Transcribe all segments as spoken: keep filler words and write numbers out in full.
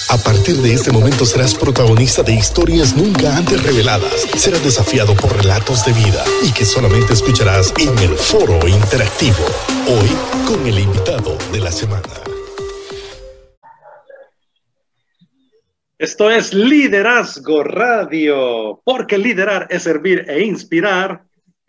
A partir de este momento serás protagonista de historias nunca antes reveladas. Serás desafiado por relatos de vida y que solamente escucharás en el Foro Interactivo. Hoy con el invitado de la semana. Esto es Liderazgo Radio, porque liderar es servir e inspirar.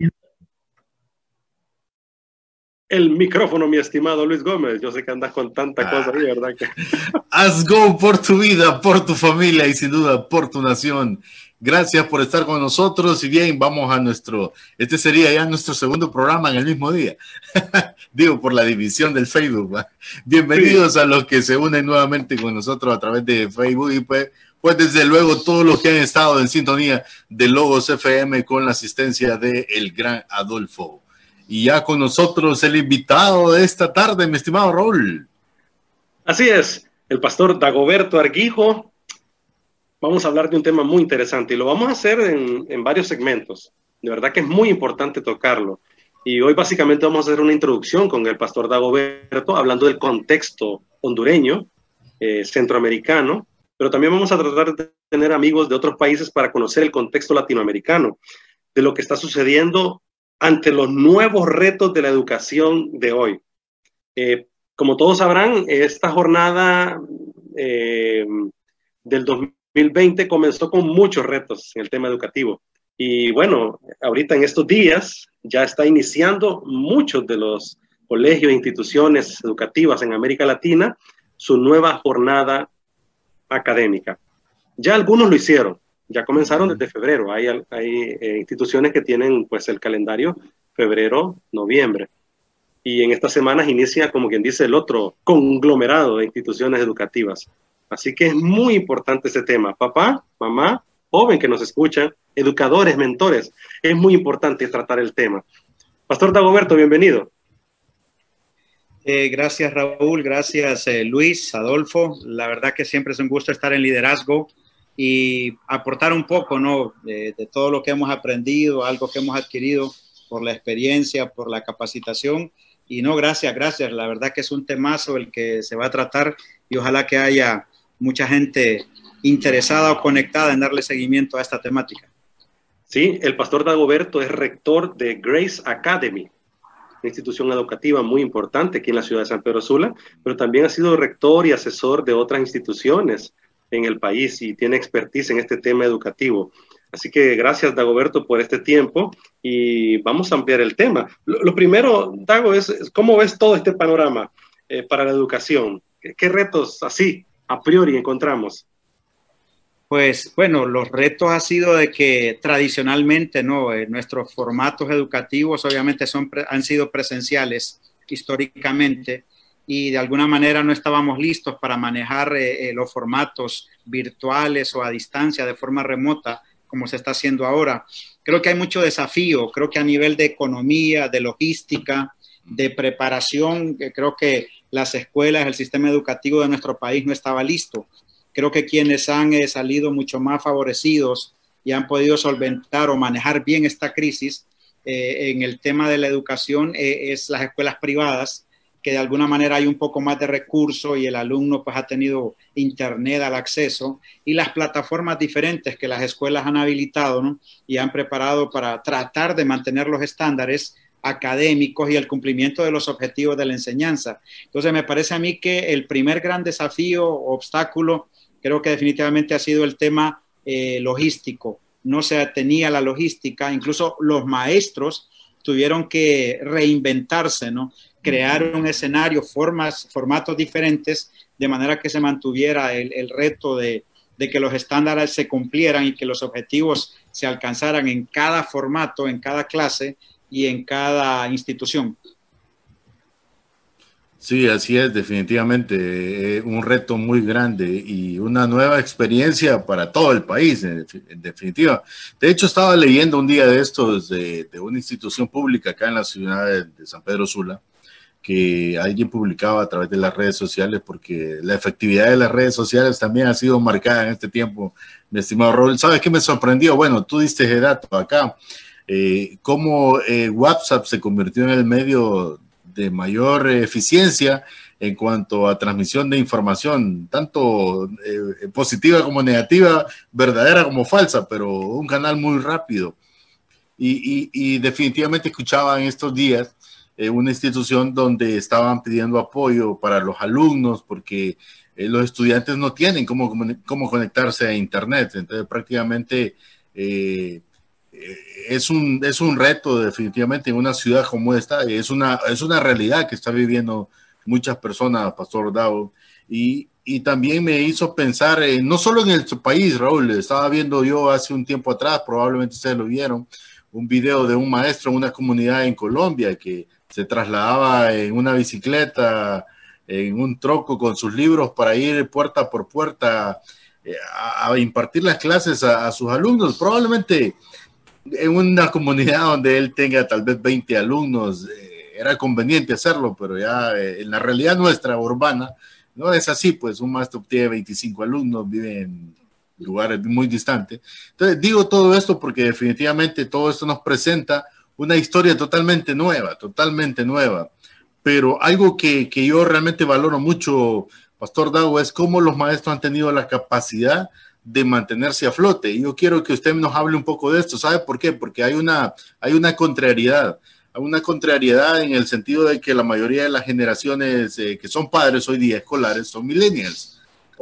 El micrófono, mi estimado Luis Gómez. Yo sé que andas con tanta cosa ahí, ¿verdad? Que... Haz go por tu vida, por tu familia y sin duda por tu nación. Gracias por estar con nosotros y bien, vamos a nuestro, este sería ya nuestro segundo programa en el mismo día. Digo, por la división del Facebook. ¿Va? Bienvenidos sí. a los que se unen nuevamente con nosotros a través de Facebook y pues, pues desde luego todos los que han estado en sintonía de Logos F M con la asistencia de el gran Adolfo. Y ya con nosotros el invitado de esta tarde, mi estimado Raúl. Así es, el pastor Dagoberto Arguijo. Vamos a hablar de un tema muy interesante y lo vamos a hacer en, en varios segmentos. De verdad que es muy importante tocarlo. Y hoy básicamente vamos a hacer una introducción con el pastor Dagoberto, hablando del contexto hondureño, eh, centroamericano, pero también vamos a tratar de tener amigos de otros países para conocer el contexto latinoamericano, de lo que está sucediendo ante los nuevos retos de la educación de hoy. Eh, como todos sabrán, esta jornada eh, del dos mil veinte comenzó con muchos retos en el tema educativo. Y bueno, ahorita en estos días ya está iniciando muchos de los colegios e instituciones educativas en América Latina su nueva jornada académica. Ya algunos lo hicieron. Ya comenzaron desde febrero. Hay, hay eh, instituciones que tienen pues el calendario febrero, noviembre. Y en estas semanas inicia, como quien dice, el otro conglomerado de instituciones educativas. Así que es muy importante ese tema. Papá, mamá, joven que nos escuchan, educadores, mentores, es muy importante tratar el tema. Pastor Dagoberto, bienvenido. Eh, gracias, Raúl. Gracias, eh, Luis, Adolfo. La verdad que siempre es un gusto estar en Liderazgo y aportar un poco, ¿no? De, de todo lo que hemos aprendido, algo que hemos adquirido por la experiencia, por la capacitación. Y no, gracias, gracias. La verdad que es un temazo el que se va a tratar y ojalá que haya mucha gente interesada o conectada en darle seguimiento a esta temática. Sí, el pastor Dagoberto es rector de Grace Academy, una institución educativa muy importante aquí en la ciudad de San Pedro Sula, pero también ha sido rector y asesor de otras instituciones en el país y tiene expertise en este tema educativo. Así que gracias, Dagoberto, por este tiempo y vamos a ampliar el tema. Lo, lo primero, Dago, es, es cómo ves todo este panorama eh, para la educación. ¿Qué, qué retos así a priori encontramos? Pues bueno, los retos ha sido de que tradicionalmente, ¿no? Eh, nuestros formatos educativos obviamente son, han sido presenciales históricamente y de alguna manera no estábamos listos para manejar eh, los formatos virtuales o a distancia de forma remota como se está haciendo ahora. Creo que hay mucho desafío, creo que a nivel de economía, de logística, de preparación, creo que las escuelas, el sistema educativo de nuestro país no estaba listo. Creo que quienes han eh, salido mucho más favorecidos y han podido solventar o manejar bien esta crisis eh, en el tema de la educación eh, es las escuelas privadas, que de alguna manera hay un poco más de recursos y el alumno pues ha tenido internet al acceso y las plataformas diferentes que las escuelas han habilitado, ¿no? Y han preparado para tratar de mantener los estándares académicos y el cumplimiento de los objetivos de la enseñanza. Entonces me parece a mí que el primer gran desafío o obstáculo creo que definitivamente ha sido el tema eh, logístico. No se tenía la logística, incluso los maestros tuvieron que reinventarse, ¿no? Crear un escenario, formas, formatos diferentes, de manera que se mantuviera el, el reto de, de que los estándares se cumplieran y que los objetivos se alcanzaran en cada formato, en cada clase y en cada institución. Sí, así es, definitivamente, eh, un reto muy grande y una nueva experiencia para todo el país, en, en definitiva. De hecho, estaba leyendo un día de estos de, de una institución pública acá en la ciudad de, de San Pedro Sula, que alguien publicaba a través de las redes sociales, porque la efectividad de las redes sociales también ha sido marcada en este tiempo, mi estimado Raúl. ¿Sabes qué me sorprendió? Bueno, tú diste ese dato acá, eh, cómo eh, WhatsApp se convirtió en el medio de mayor eficiencia en cuanto a transmisión de información, tanto eh, positiva como negativa, verdadera como falsa, pero un canal muy rápido. Y, y, y definitivamente escuchaba en estos días eh, una institución donde estaban pidiendo apoyo para los alumnos porque eh, los estudiantes no tienen cómo, cómo conectarse a internet. Entonces prácticamente eh, es, un, es un reto definitivamente en una ciudad como esta. Es una, es una realidad que está viviendo muchas personas, Pastor Dago. Y, y también me hizo pensar, eh, no solo en el país, Raúl, estaba viendo yo hace un tiempo atrás, probablemente ustedes lo vieron, un video de un maestro en una comunidad en Colombia que se trasladaba en una bicicleta, en un troco con sus libros para ir puerta por puerta eh, a, a impartir las clases a, a sus alumnos. Probablemente en una comunidad donde él tenga tal vez veinte alumnos, eh, era conveniente hacerlo, pero ya eh, en la realidad nuestra urbana no es así, pues un maestro tiene veinticinco alumnos, vive en lugares muy distantes. Entonces digo todo esto porque definitivamente todo esto nos presenta una historia totalmente nueva, totalmente nueva, pero algo que, que yo realmente valoro mucho, Pastor Dago, es cómo los maestros han tenido la capacidad de mantenerse a flote. Y yo quiero que usted nos hable un poco de esto. ¿Sabe por qué? Porque hay una, hay una contrariedad, hay una contrariedad en el sentido de que la mayoría de las generaciones eh, que son padres hoy día escolares son millennials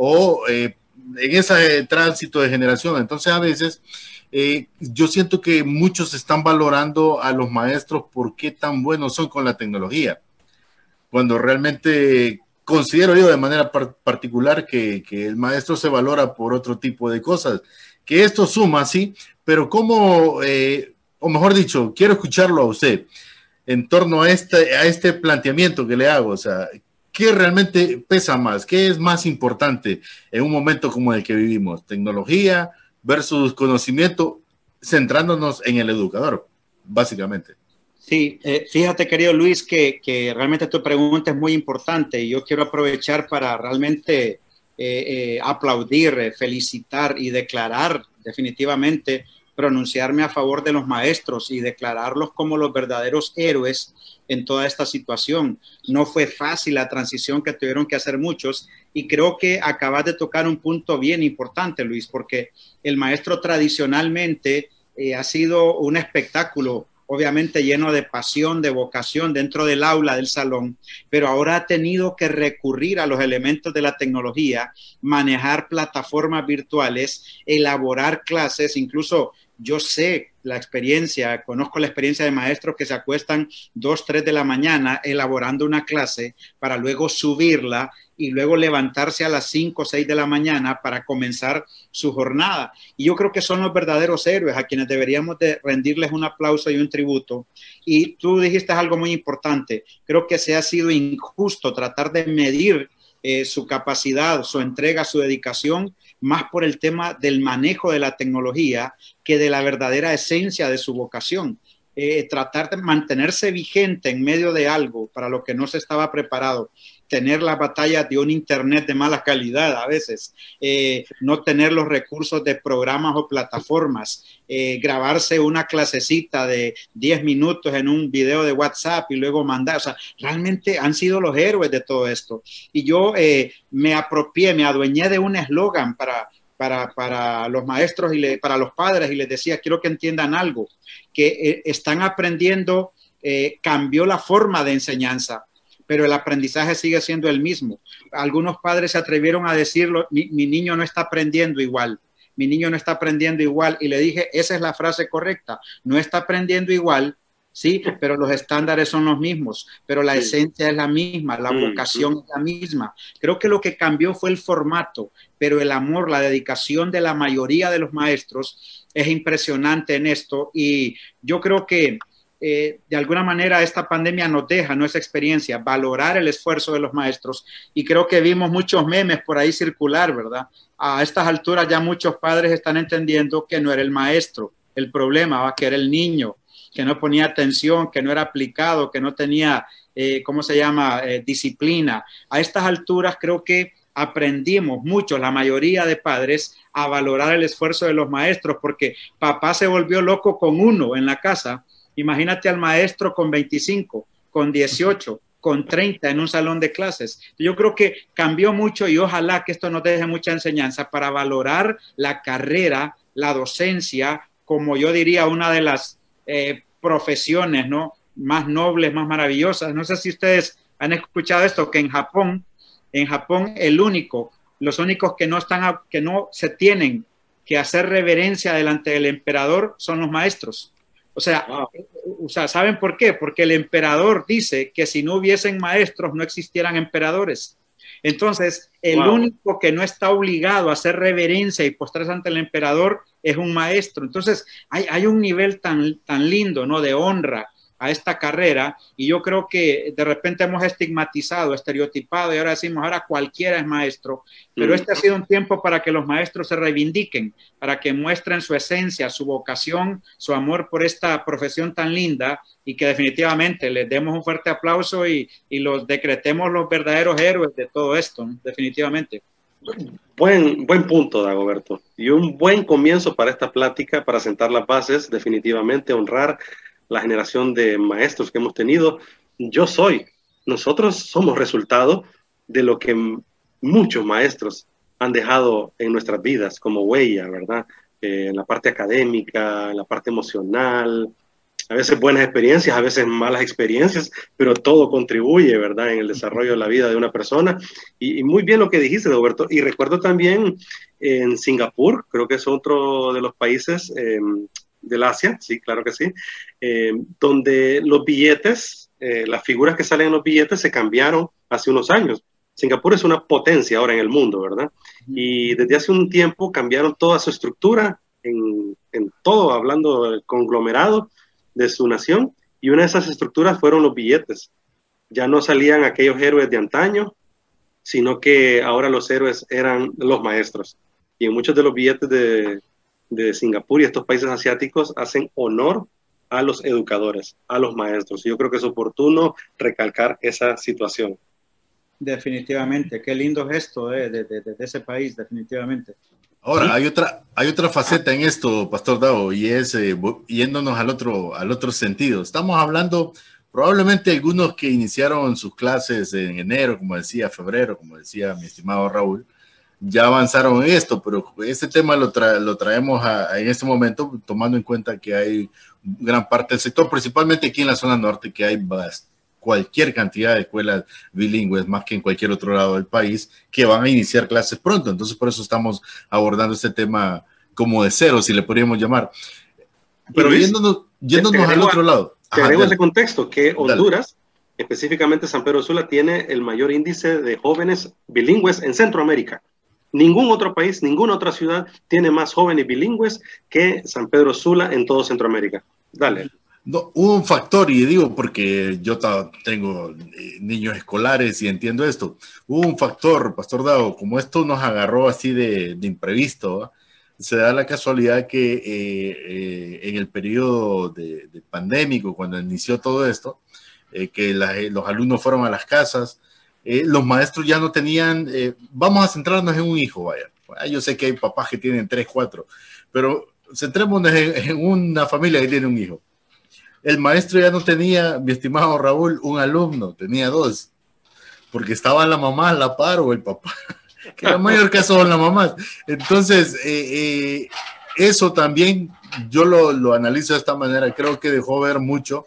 o eh, en ese eh, tránsito de generación. Entonces a veces eh, yo siento que muchos están valorando a los maestros por qué tan buenos son con la tecnología, cuando realmente considero yo de manera par particular que, que el maestro se valora por otro tipo de cosas, que esto suma, sí, pero cómo, eh, o mejor dicho, quiero escucharlo a usted en torno a este, a este planteamiento que le hago. O sea, ¿qué realmente pesa más? ¿Qué es más importante en un momento como el que vivimos? Tecnología versus conocimiento, centrándonos en el educador, básicamente. Sí, eh, fíjate, querido Luis, que, que realmente tu pregunta es muy importante y yo quiero aprovechar para realmente eh, eh, aplaudir, eh, felicitar y declarar definitivamente, pronunciarme a favor de los maestros y declararlos como los verdaderos héroes en toda esta situación. No fue fácil la transición que tuvieron que hacer muchos y creo que acabas de tocar un punto bien importante, Luis, porque el maestro tradicionalmente eh, ha sido un espectáculo obviamente lleno de pasión, de vocación dentro del aula, del salón, pero ahora ha tenido que recurrir a los elementos de la tecnología, manejar plataformas virtuales, elaborar clases. Incluso yo sé la experiencia, conozco la experiencia de maestros que se acuestan dos, tres de la mañana elaborando una clase para luego subirla y luego levantarse a las cinco o seis de la mañana para comenzar su jornada. Y yo creo que son los verdaderos héroes a quienes deberíamos de rendirles un aplauso y un tributo. Y tú dijiste algo muy importante. Creo que se ha sido injusto tratar de medir eh, su capacidad, su entrega, su dedicación, más por el tema del manejo de la tecnología que de la verdadera esencia de su vocación. Eh, tratar de mantenerse vigente en medio de algo para lo que no se estaba preparado, tener las batallas de un internet de mala calidad a veces, eh, no tener los recursos de programas o plataformas, eh, grabarse una clasecita de diez minutos en un video de WhatsApp y luego mandar. O sea, realmente han sido los héroes de todo esto. Y yo eh, me apropié, me adueñé de un eslogan para... Para, para los maestros y le, para los padres y les decía, quiero que entiendan algo, que eh, están aprendiendo, eh, cambió la forma de enseñanza, pero el aprendizaje sigue siendo el mismo. Algunos padres se atrevieron a decirlo, mi, mi niño no está aprendiendo igual, mi niño no está aprendiendo igual, y le dije, esa es la frase correcta, no está aprendiendo igual, sí, pero los estándares son los mismos, pero la sí. esencia es la misma, la vocación es la misma. Creo que lo que cambió fue el formato, pero el amor, la dedicación de la mayoría de los maestros es impresionante en esto, y yo creo que eh, de alguna manera esta pandemia nos deja, ¿no?, esa experiencia, valorar el esfuerzo de los maestros, y creo que vimos muchos memes por ahí circular, ¿verdad? A estas alturas ya muchos padres están entendiendo que no era el maestro el problema, ¿va? Que era el niño, que no ponía atención, que no era aplicado, que no tenía, eh, ¿cómo se llama?, eh, disciplina. A estas alturas creo que aprendimos mucho, la mayoría de padres, a valorar el esfuerzo de los maestros, porque papá se volvió loco con uno en la casa. Imagínate al maestro con veinticinco, con dieciocho, con treinta en un salón de clases. Yo creo que cambió mucho y ojalá que esto nos deje mucha enseñanza para valorar la carrera, la docencia, como yo diría, una de las eh, profesiones, ¿no?, más nobles, más maravillosas. No sé si ustedes han escuchado esto, que en Japón, en Japón el único, los únicos que no están, que no se tienen que hacer reverencia delante del emperador son los maestros. O sea, wow. o sea, ¿saben por qué? Porque el emperador dice que si no hubiesen maestros no existieran emperadores. Entonces, el wow. único que no está obligado a hacer reverencia y postrarse ante el emperador es un maestro. Entonces, hay, hay un nivel tan, tan lindo, ¿no?, de honra a esta carrera, y yo creo que de repente hemos estigmatizado, estereotipado, y ahora decimos, ahora cualquiera es maestro, pero mm. este ha sido un tiempo para que los maestros se reivindiquen, para que muestren su esencia, su vocación, su amor por esta profesión tan linda, y que definitivamente les demos un fuerte aplauso y, y los decretemos los verdaderos héroes de todo esto, ¿no? Definitivamente. Buen, buen punto, Dagoberto, y un buen comienzo para esta plática, para sentar las bases, definitivamente honrar la generación de maestros que hemos tenido. Yo soy, nosotros somos resultado de lo que muchos maestros han dejado en nuestras vidas como huella, ¿verdad? Eh, en la parte académica, en la parte emocional, a veces buenas experiencias, a veces malas experiencias, pero todo contribuye, ¿verdad?, en el desarrollo de la vida de una persona. Y, y muy bien lo que dijiste, Roberto. Y recuerdo también en Singapur, creo que es otro de los países eh, del Asia, sí, claro que sí, eh, donde los billetes, eh, las figuras que salen en los billetes se cambiaron hace unos años. Singapur es una potencia ahora en el mundo, ¿verdad? Y desde hace un tiempo cambiaron toda su estructura, en, en todo, hablando del conglomerado de su nación, y una de esas estructuras fueron los billetes. Ya no salían aquellos héroes de antaño, sino que ahora los héroes eran los maestros. Y en muchos de los billetes de de Singapur y estos países asiáticos hacen honor a los educadores, a los maestros. Yo creo que es oportuno recalcar esa situación. Definitivamente, qué lindo gesto de, de, de, de ese país, definitivamente. Ahora, ¿sí? hay otra, hay otra faceta en esto, Pastor Dago, y es eh, yéndonos al otro, al otro sentido. Estamos hablando probablemente algunos que iniciaron sus clases en enero, como decía, febrero, como decía mi estimado Raúl, ya avanzaron en esto, pero este tema lo, tra lo traemos a, a en este momento, tomando en cuenta que hay gran parte del sector, principalmente aquí en la zona norte, que hay cualquier cantidad de escuelas bilingües, más que en cualquier otro lado del país, que van a iniciar clases pronto. Entonces, por eso estamos abordando este tema como de cero, si le podríamos llamar. Pero Luis, yéndonos, yéndonos al otro lado. Tenemos el contexto que Honduras, dale. específicamente San Pedro Sula, tiene el mayor índice de jóvenes bilingües en Centroamérica. Ningún otro país, ninguna otra ciudad tiene más jóvenes bilingües que San Pedro Sula en todo Centroamérica. Dale. No, hubo un factor, y digo porque yo tengo eh, niños escolares y entiendo esto. Hubo un factor, Pastor Dago, como esto nos agarró así de, de imprevisto, ¿eh? Se da la casualidad que eh, eh, en el periodo de, de pandémico, cuando inició todo esto, eh, que la, los alumnos fueron a las casas, Eh, los maestros ya no tenían, eh, vamos a centrarnos en un hijo, vaya. Yo sé que hay papás que tienen tres, cuatro, pero centrémonos en, en una familia que tiene un hijo. El maestro ya no tenía, mi estimado Raúl, un alumno, tenía dos, porque estaba la mamá a la par o el papá, que en el mayor caso son las mamás. Entonces, eh, eh, eso también yo lo, lo analizo de esta manera, creo que dejó ver mucho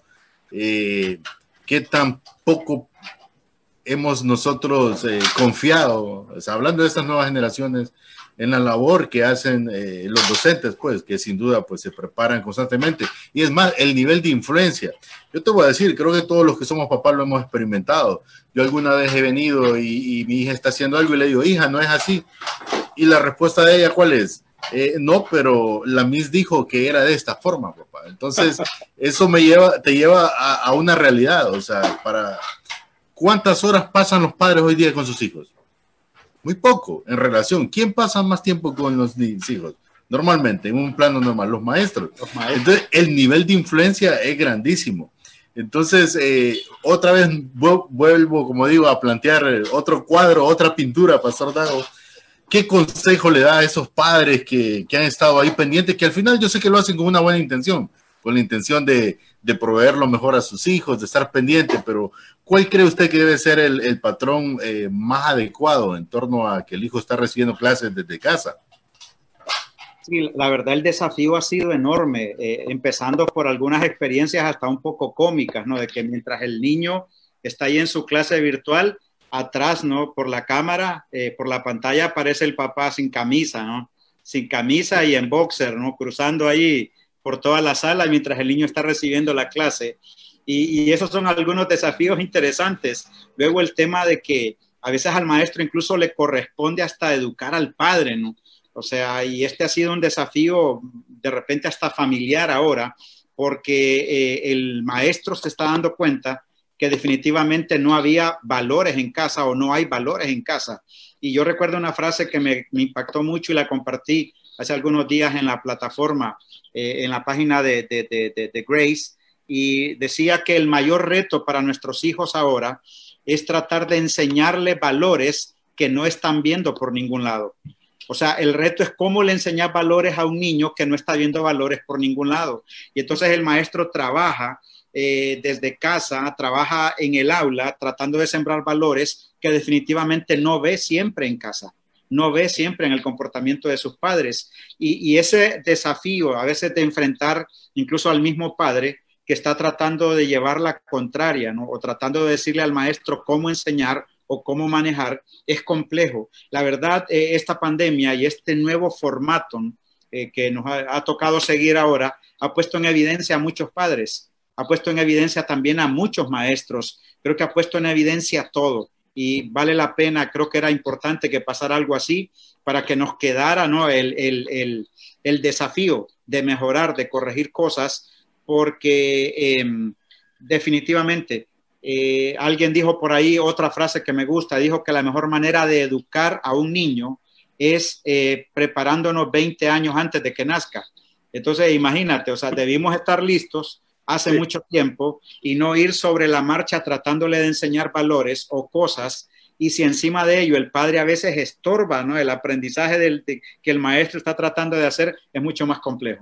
eh, qué tan poco hemos nosotros eh, confiado, o sea, hablando de estas nuevas generaciones, en la labor que hacen eh, los docentes, pues, que sin duda pues se preparan constantemente. Y es más, el nivel de influencia. Yo te voy a decir, creo que todos los que somos papás lo hemos experimentado. Yo alguna vez he venido y, y mi hija está haciendo algo y le digo, hija, no es así. Y la respuesta de ella, ¿cuál es? Eh, no, pero la Miss dijo que era de esta forma, papá. Entonces, eso me lleva, te lleva a, a una realidad, o sea, para... ¿Cuántas horas pasan los padres hoy día con sus hijos? Muy poco en relación. ¿Quién pasa más tiempo con los hijos? Normalmente, en un plano normal, los maestros. Los maestros. Entonces, el nivel de influencia es grandísimo. Entonces, eh, otra vez vuelvo, como digo, a plantear otro cuadro, otra pintura, Pastor Dago. ¿Qué consejo le da a esos padres que, que han estado ahí pendientes, que al final yo sé que lo hacen con una buena intención? con la intención de, de proveer lo mejor a sus hijos, de estar pendiente, pero ¿cuál cree usted que debe ser el, el patrón eh, más adecuado en torno a que el hijo está recibiendo clases desde casa? Sí, la verdad el desafío ha sido enorme, eh, empezando por algunas experiencias hasta un poco cómicas, ¿no? De que mientras el niño está ahí en su clase virtual, atrás, ¿no? Por la cámara, eh, por la pantalla aparece el papá sin camisa, ¿no? Sin camisa y en boxer, ¿no? Cruzando ahí por toda la sala mientras el niño está recibiendo la clase. Y, y esos son algunos desafíos interesantes. Luego el tema de que a veces al maestro incluso le corresponde hasta educar al padre, ¿no? O sea, y este ha sido un desafío de repente hasta familiar ahora, porque eh, el maestro se está dando cuenta que definitivamente no había valores en casa o no hay valores en casa. Y yo recuerdo una frase que me, me impactó mucho y la compartí hace algunos días en la plataforma, eh, en la página de, de, de, de, de Grace, y decía que el mayor reto para nuestros hijos ahora es tratar de enseñarle valores que no están viendo por ningún lado. O sea, el reto es cómo le enseñar valores a un niño que no está viendo valores por ningún lado. Y entonces el maestro trabaja eh, desde casa, trabaja en el aula, tratando de sembrar valores que definitivamente no ve siempre en casa, no ve siempre en el comportamiento de sus padres. Y, y ese desafío a veces de enfrentar incluso al mismo padre que está tratando de llevar la contraria, ¿no? O tratando de decirle al maestro cómo enseñar o cómo manejar, es complejo. La verdad, eh, esta pandemia y este nuevo formato eh, que nos ha, ha tocado seguir ahora, ha puesto en evidencia a muchos padres, ha puesto en evidencia también a muchos maestros, creo que ha puesto en evidencia todo y vale la pena, creo que era importante que pasara algo así para que nos quedara, ¿no? el, el, el, el desafío de mejorar, de corregir cosas, porque eh, definitivamente Eh, alguien dijo por ahí otra frase que me gusta, dijo que la mejor manera de educar a un niño es eh, preparándonos veinte años antes de que nazca. Entonces, imagínate, o sea, debimos estar listos hace sí. mucho tiempo y no ir sobre la marcha tratándole de enseñar valores o cosas, y si encima de ello el padre a veces estorba, ¿no? El aprendizaje del, de, que el maestro está tratando de hacer es mucho más complejo.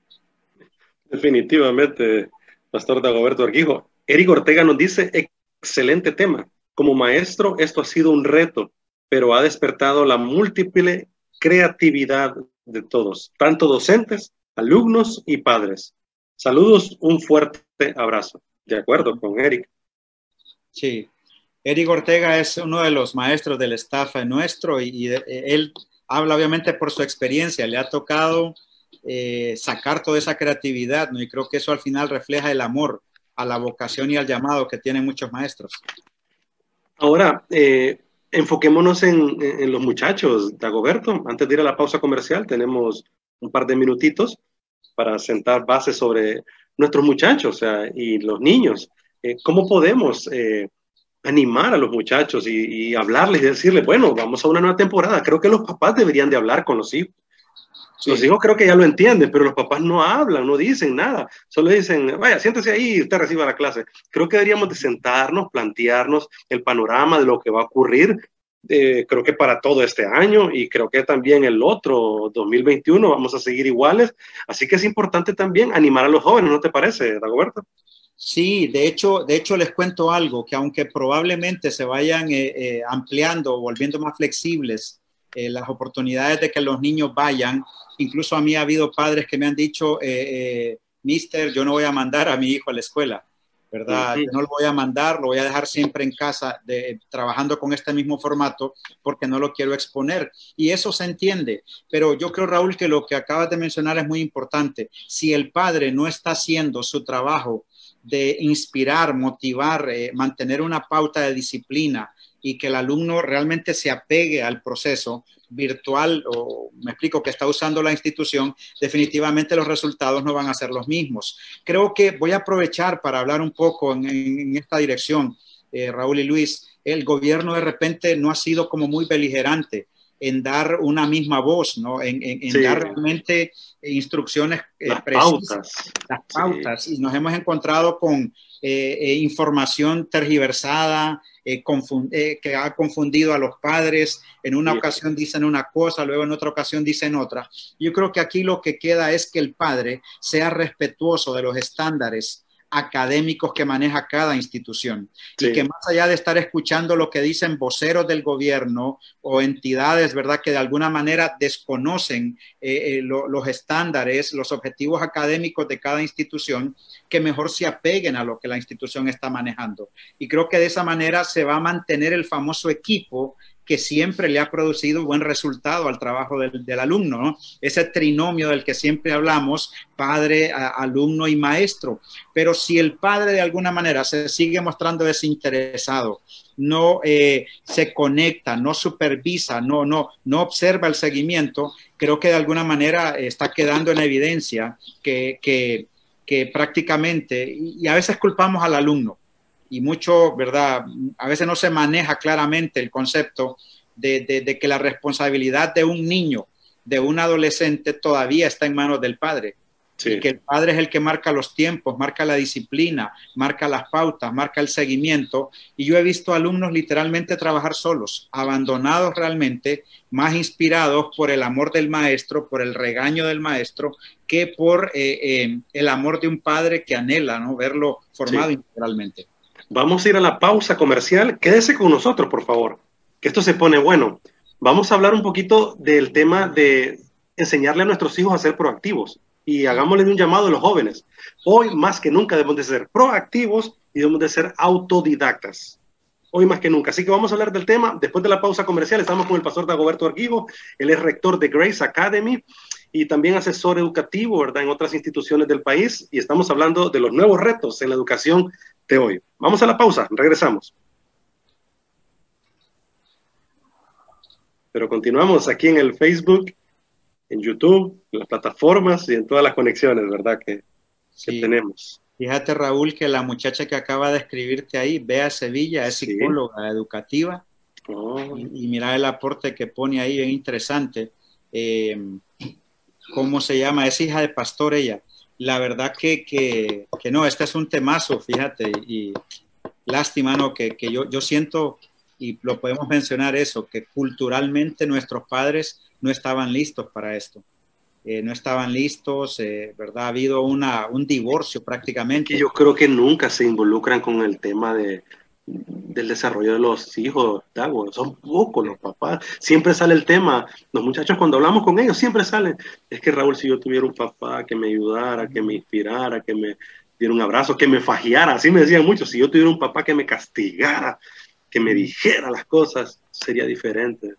Definitivamente, Pastor Dagoberto Arquijo. Eric Ortega nos dice, excelente tema. Como maestro, esto ha sido un reto, pero ha despertado la múltiple creatividad de todos, tanto docentes, alumnos y padres. Saludos, un fuerte abrazo. De acuerdo con Eric. Sí, Eric Ortega es uno de los maestros del staff nuestro y, y él habla obviamente por su experiencia, le ha tocado eh, sacar toda esa creatividad, ¿no? Y creo que eso al final refleja el amor a la vocación y al llamado que tienen muchos maestros. Ahora, eh, enfoquémonos en, en los muchachos, Dagoberto. Antes de ir a la pausa comercial, tenemos un par de minutitos para sentar bases sobre nuestros muchachos, o sea, y los niños. Eh, ¿Cómo podemos eh, animar a los muchachos y, y hablarles y decirles, bueno, vamos a una nueva temporada? Creo que los papás deberían de hablar con los hijos. Sí. Los hijos creo que ya lo entienden, pero los papás no hablan, no dicen nada. Solo dicen, vaya, siéntese ahí y usted reciba la clase. Creo que deberíamos de sentarnos, plantearnos el panorama de lo que va a ocurrir, eh, creo que para todo este año y creo que también el otro, dos mil veintiuno, vamos a seguir iguales. Así que es importante también animar a los jóvenes, ¿no te parece, Dagoberto? Sí, de hecho, de hecho les cuento algo, que aunque probablemente se vayan eh, eh, ampliando, volviendo más flexibles, Eh, las oportunidades de que los niños vayan, incluso a mí ha habido padres que me han dicho, eh, eh, mister, yo no voy a mandar a mi hijo a la escuela, ¿verdad? Uh-huh. Yo no lo voy a mandar, lo voy a dejar siempre en casa de, trabajando con este mismo formato porque no lo quiero exponer. Y eso se entiende, pero yo creo, Raúl, que lo que acabas de mencionar es muy importante. Si el padre no está haciendo su trabajo de inspirar, motivar, eh, mantener una pauta de disciplina, y que el alumno realmente se apegue al proceso virtual, o me explico, que está usando la institución, definitivamente los resultados no van a ser los mismos. Creo que voy a aprovechar para hablar un poco en, en esta dirección, eh, Raúl y Luis. El gobierno de repente no ha sido como muy beligerante en dar una misma voz, ¿no? En, en, en sí. dar realmente instrucciones eh, las precisas, pautas. las pautas. Sí. Y nos hemos encontrado con eh, eh, información tergiversada, eh, eh, que ha confundido a los padres. En una sí. ocasión dicen una cosa, luego en otra ocasión dicen otra. Yo creo que aquí lo que queda es que el padre sea respetuoso de los estándares académicos que maneja cada institución sí. y que más allá de estar escuchando lo que dicen voceros del gobierno o entidades, ¿verdad?, que de alguna manera desconocen eh, eh, lo, los estándares, los objetivos académicos de cada institución, que mejor se apeguen a lo que la institución está manejando. Y creo que de esa manera se va a mantener el famoso equipo que siempre le ha producido buen resultado al trabajo del, del alumno, ¿no? Ese trinomio del que siempre hablamos, padre, a, alumno y maestro. Pero si el padre de alguna manera se sigue mostrando desinteresado, no eh, se conecta, no supervisa, no, no, no observa el seguimiento, creo que de alguna manera está quedando en evidencia que, que, que prácticamente, y a veces culpamos al alumno, y mucho, ¿verdad? A veces no se maneja claramente el concepto de, de, de que la responsabilidad de un niño, de un adolescente, todavía está en manos del padre. Sí. Y que el padre es el que marca los tiempos, marca la disciplina, marca las pautas, marca el seguimiento. Y yo he visto alumnos literalmente trabajar solos, abandonados realmente, más inspirados por el amor del maestro, por el regaño del maestro, que por eh, eh, el amor de un padre que anhela, ¿no?, verlo formado sí. integralmente. Vamos a ir a la pausa comercial. Quédese con nosotros, por favor, que esto se pone bueno. Vamos a hablar un poquito del tema de enseñarle a nuestros hijos a ser proactivos y hagámosle un llamado a los jóvenes. Hoy más que nunca debemos de ser proactivos y debemos de ser autodidactas. Hoy más que nunca. Así que vamos a hablar del tema. Después de la pausa comercial estamos con el pastor Dagoberto Arquijo. Él es rector de Grace Academy y también asesor educativo, ¿verdad?, en otras instituciones del país. Y estamos hablando de los nuevos retos en la educación de hoy. Vamos a la pausa, regresamos. Pero continuamos aquí en el Facebook, en YouTube, en las plataformas y en todas las conexiones, ¿verdad?, que, sí. que tenemos. Fíjate, Raúl, que la muchacha que acaba de escribirte ahí, Bea Sevilla, es sí. psicóloga educativa. Oh. Y, y mira el aporte que pone ahí, bien interesante. Eh, ¿Cómo se llama? Es hija de pastor ella. La verdad que, que, que no, este es un temazo, fíjate, y lástima, ¿no?, que, que yo, yo siento, y lo podemos mencionar eso, que culturalmente nuestros padres no estaban listos para esto. Eh, no estaban listos, eh, ¿verdad? Ha habido una, un divorcio prácticamente. Y yo creo que nunca se involucran con el tema de, del desarrollo de los hijos, Dago. Son pocos los papás. Siempre sale el tema. Los muchachos, cuando hablamos con ellos, siempre salen. Es que, Raúl, si yo tuviera un papá que me ayudara, que me inspirara, que me diera un abrazo, que me fajeara, así me decían muchos. Si yo tuviera un papá que me castigara, que me dijera las cosas, sería diferente.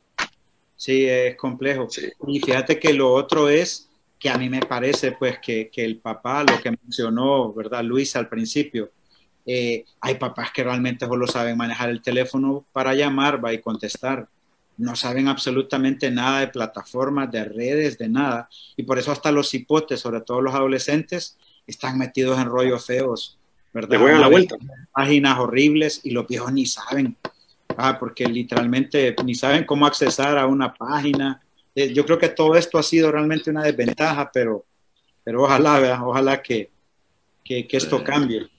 Sí, es complejo. Sí. Y fíjate que lo otro es que a mí me parece, pues, que, que el papá, lo que mencionó, ¿verdad?, Luis al principio, eh, hay papás que realmente solo saben manejar el teléfono para llamar, va y contestar. No saben absolutamente nada de plataformas, de redes, de nada. Y por eso hasta los hipotes, sobre todo los adolescentes, están metidos en rollos feos, ¿verdad? Le juegan la vuelta. Páginas horribles y los viejos ni saben. Ah, porque literalmente ni saben cómo accesar a una página. Eh, yo creo que todo esto ha sido realmente una desventaja, pero, pero ojalá, ¿verdad? Ojalá que, que, que esto cambie.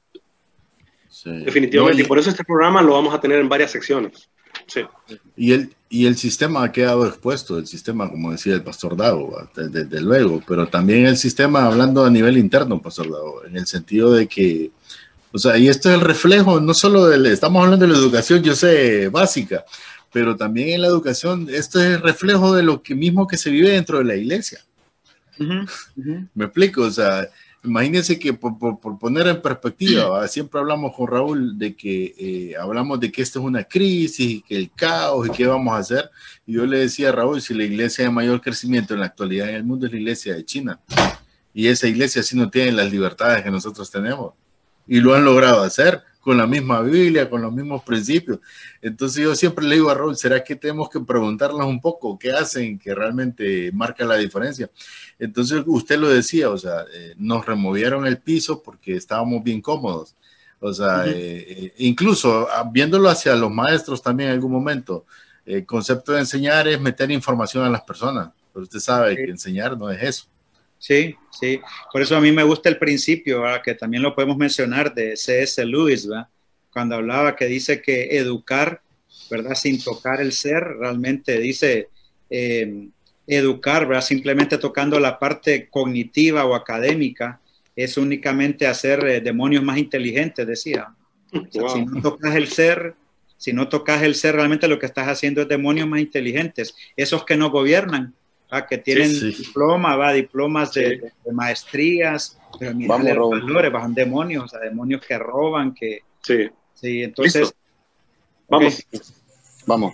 Sí. Definitivamente, no, y, y por eso este programa lo vamos a tener en varias secciones. Sí. Y, el, y el sistema ha quedado expuesto, el sistema, como decía el pastor Dago, desde, desde luego, pero también el sistema, hablando a nivel interno, pastor Dago, en el sentido de que, o sea, y esto es el reflejo, no solo del, estamos hablando de la educación, yo sé, básica, pero también en la educación, esto es el reflejo de lo que mismo que se vive dentro de la iglesia. Uh-huh, uh-huh. Me explico, o sea, imagínense que por, por, por poner en perspectiva, ¿va? Siempre hablamos con Raúl de que eh, hablamos de que esto es una crisis, que el caos y qué vamos a hacer. Y yo le decía a Raúl, si la iglesia de mayor crecimiento en la actualidad en el mundo es la iglesia de China, y esa iglesia sí no tiene las libertades que nosotros tenemos, y lo han logrado hacer con la misma Biblia, con los mismos principios. Entonces yo siempre le digo a Raúl, ¿será que tenemos que preguntarles un poco qué hacen que realmente marca la diferencia? Entonces usted lo decía, o sea, eh, nos removieron el piso porque estábamos bien cómodos. O sea, uh-huh. eh, incluso viéndolo hacia los maestros también en algún momento, el concepto de enseñar es meter información a las personas, pero usted sabe sí. que enseñar no es eso. Sí, sí, por eso a mí me gusta el principio, ¿verdad? Que también lo podemos mencionar de C S Lewis, ¿verdad? Cuando hablaba que dice que educar, ¿verdad? Sin tocar el ser, realmente dice eh, educar, ¿verdad? Simplemente tocando la parte cognitiva o académica, es únicamente hacer eh, demonios más inteligentes, decía. O sea, wow. Si no tocas el ser, si no tocas el ser, realmente lo que estás haciendo es demonios más inteligentes, esos que no gobiernan, ¿verdad? Que tienen sí, sí. diploma, ¿verdad? Diplomas de, sí. de, de maestrías, pero mira los valores, bajan demonios, o sea, demonios que roban, que... Sí. Sí, entonces... ¿Listo? Vamos. Okay. Vamos.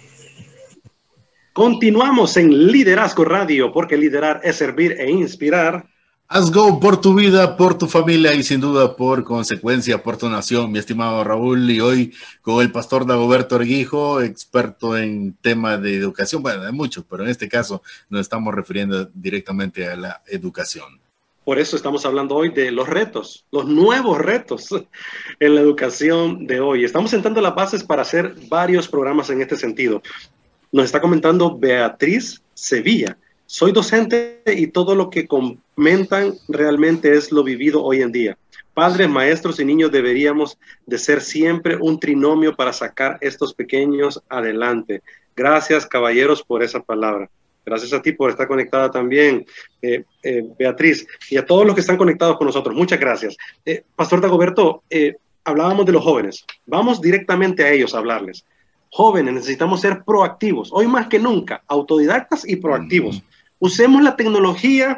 Continuamos en Liderazgo Radio, porque liderar es servir e inspirar. Haz go por tu vida, por tu familia y sin duda por consecuencia por tu nación, mi estimado Raúl. Y hoy con el pastor Dagoberto Arguijo, experto en temas de educación. Bueno, hay muchos, pero en este caso nos estamos refiriendo directamente a la educación. Por eso estamos hablando hoy de los retos, los nuevos retos en la educación de hoy. Estamos sentando las bases para hacer varios programas en este sentido. Nos está comentando Beatriz Sevilla. Soy docente y todo lo que comentan realmente es lo vivido hoy en día. Padres, maestros y niños deberíamos de ser siempre un trinomio para sacar estos pequeños adelante. Gracias, caballeros, por esa palabra. Gracias a ti por estar conectada también, eh, eh, Beatriz, y a todos los que están conectados con nosotros. Muchas gracias. Eh, Pastor Dagoberto, eh, hablábamos de los jóvenes. Vamos directamente a ellos a hablarles. Jóvenes, necesitamos ser proactivos. Hoy más que nunca, autodidactas y proactivos. Mm-hmm. Usemos la tecnología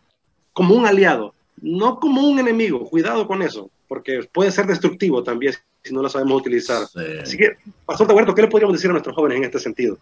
como un aliado, no como un enemigo. Cuidado con eso, porque puede ser destructivo también si no la sabemos utilizar. Sí. Así que, Pastor Dagoberto, ¿qué le podríamos decir a nuestros jóvenes en este sentido?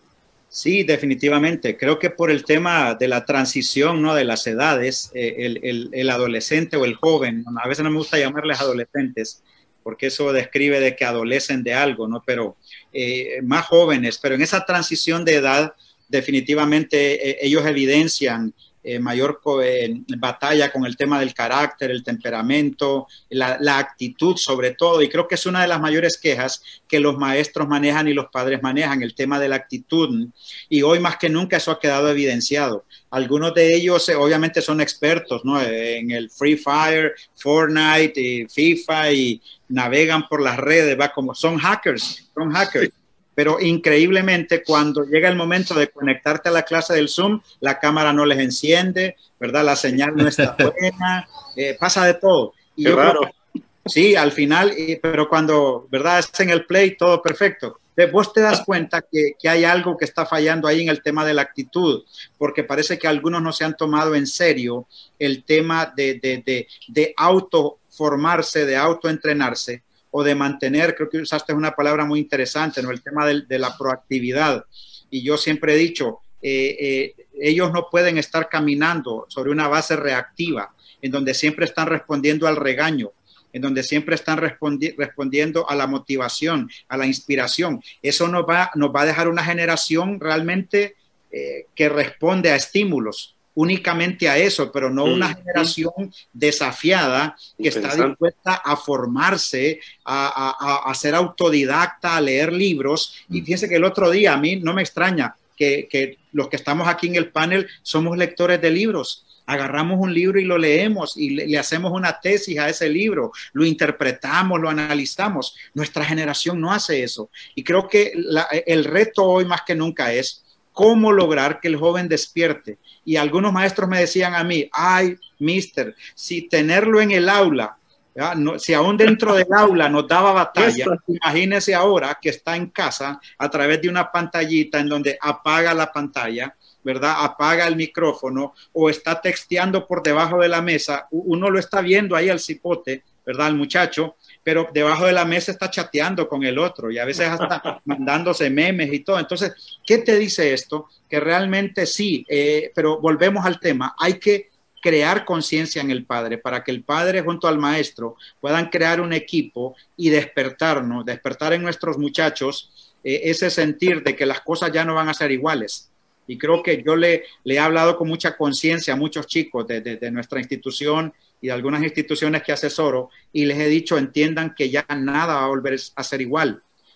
Sí, definitivamente. Creo que por el tema de la transición, ¿no? De las edades, eh, el, el, el adolescente o el joven, a veces no me gusta llamarles adolescentes, porque eso describe de que adolecen de algo, ¿no? Pero eh, más jóvenes, pero en esa transición de edad, definitivamente eh, ellos evidencian eh, mayor eh, batalla con el tema del carácter, el temperamento, la, la actitud sobre todo, y creo que es una de las mayores quejas que los maestros manejan y los padres manejan, el tema de la actitud, y hoy más que nunca eso ha quedado evidenciado. Algunos de ellos eh, obviamente son expertos, ¿no? En el Free Fire, Fortnite, y FIFA, y navegan por las redes, va como son hackers, son hackers. Sí. Pero increíblemente cuando llega el momento de conectarte a la clase del Zoom, la cámara no les enciende, ¿verdad? La señal no está buena, eh, pasa de todo. Y Qué yo raro. Creo, sí, al final, eh, pero cuando, ¿verdad? Es en el play, todo perfecto. Vos te das cuenta que, que hay algo que está fallando ahí en el tema de la actitud, porque parece que algunos no se han tomado en serio el tema de, de, de, de autoformarse, de autoentrenarse, o de mantener, creo que usaste una palabra muy interesante, ¿no? El tema de, de la proactividad. Y yo siempre he dicho, eh, eh, ellos no pueden estar caminando sobre una base reactiva, en donde siempre están respondiendo al regaño, en donde siempre están respondi respondiendo a la motivación, a la inspiración. Eso nos va, nos va a dejar una generación realmente eh, que responde a estímulos, únicamente a eso, pero no una mm. generación desafiada que está dispuesta a formarse, a, a, a ser autodidacta, a leer libros. Mm. Y fíjense que el otro día, a mí no me extraña que, que los que estamos aquí en el panel somos lectores de libros. Agarramos un libro y lo leemos y le, le hacemos una tesis a ese libro, lo interpretamos, lo analizamos. Nuestra generación no hace eso. Y creo que la, el reto hoy más que nunca es cómo lograr que el joven despierte. Y algunos maestros me decían a mí, ay, mister, si tenerlo en el aula, no, si aún dentro del aula nos daba batalla, imagínese ahora que está en casa a través de una pantallita en donde apaga la pantalla, ¿verdad? Apaga el micrófono o está texteando por debajo de la mesa. Uno lo está viendo ahí al cipote, ¿verdad? Al muchacho, pero debajo de la mesa está chateando con el otro y a veces hasta mandándose memes y todo. Entonces, ¿qué te dice esto? Que realmente sí, eh, pero volvemos al tema. Hay que crear conciencia en el padre para que el padre junto al maestro puedan crear un equipo y despertarnos, despertar en nuestros muchachos eh, ese sentir de que las cosas ya no van a ser iguales. Y creo que yo le, le he hablado con mucha conciencia a muchos chicos de, de, de nuestra institución y de algunas instituciones que asesoro y les he dicho, entiendan que ya nada va a volver a ser igual.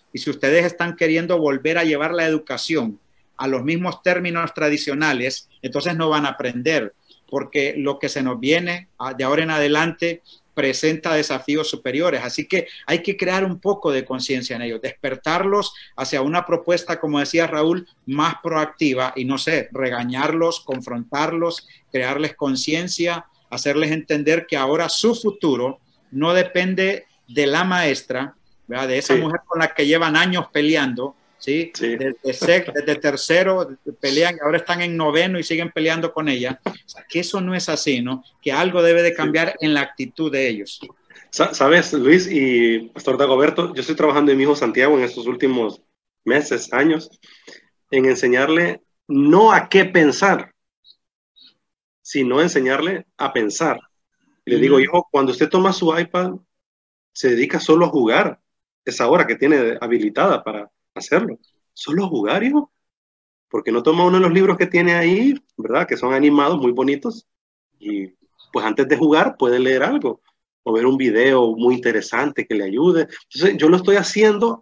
Y si ustedes están queriendo volver a llevar la educación a los mismos términos tradicionales, entonces no van a aprender, porque lo que se nos viene de ahora en adelante presenta desafíos superiores. Así que hay que crear un poco de conciencia en ellos, despertarlos hacia una propuesta, como decía Raúl, más proactiva y no sé, regañarlos, confrontarlos, crearles conciencia, hacerles entender que ahora su futuro no depende de la maestra, ¿verdad? De esa sí. mujer con la que llevan años peleando, ¿sí? Sí. Desde, sexto, desde tercero pelean, ahora están en noveno y siguen peleando con ella. O sea, que eso no es así, ¿no? Que algo debe de cambiar sí. en la actitud de ellos. Sabes, Luis y Pastor Dagoberto, yo estoy trabajando en mi hijo Santiago en estos últimos meses, años, en enseñarle no a qué pensar, sino enseñarle a pensar. Y le mm. digo, hijo, cuando usted toma su iPad, se dedica solo a jugar esa hora que tiene habilitada para hacerlo. Solo a jugar, hijo. Porque no toma uno de los libros que tiene ahí, ¿verdad? Que son animados, muy bonitos. Y pues antes de jugar puede leer algo. O ver un video muy interesante que le ayude. Entonces yo lo estoy haciendo,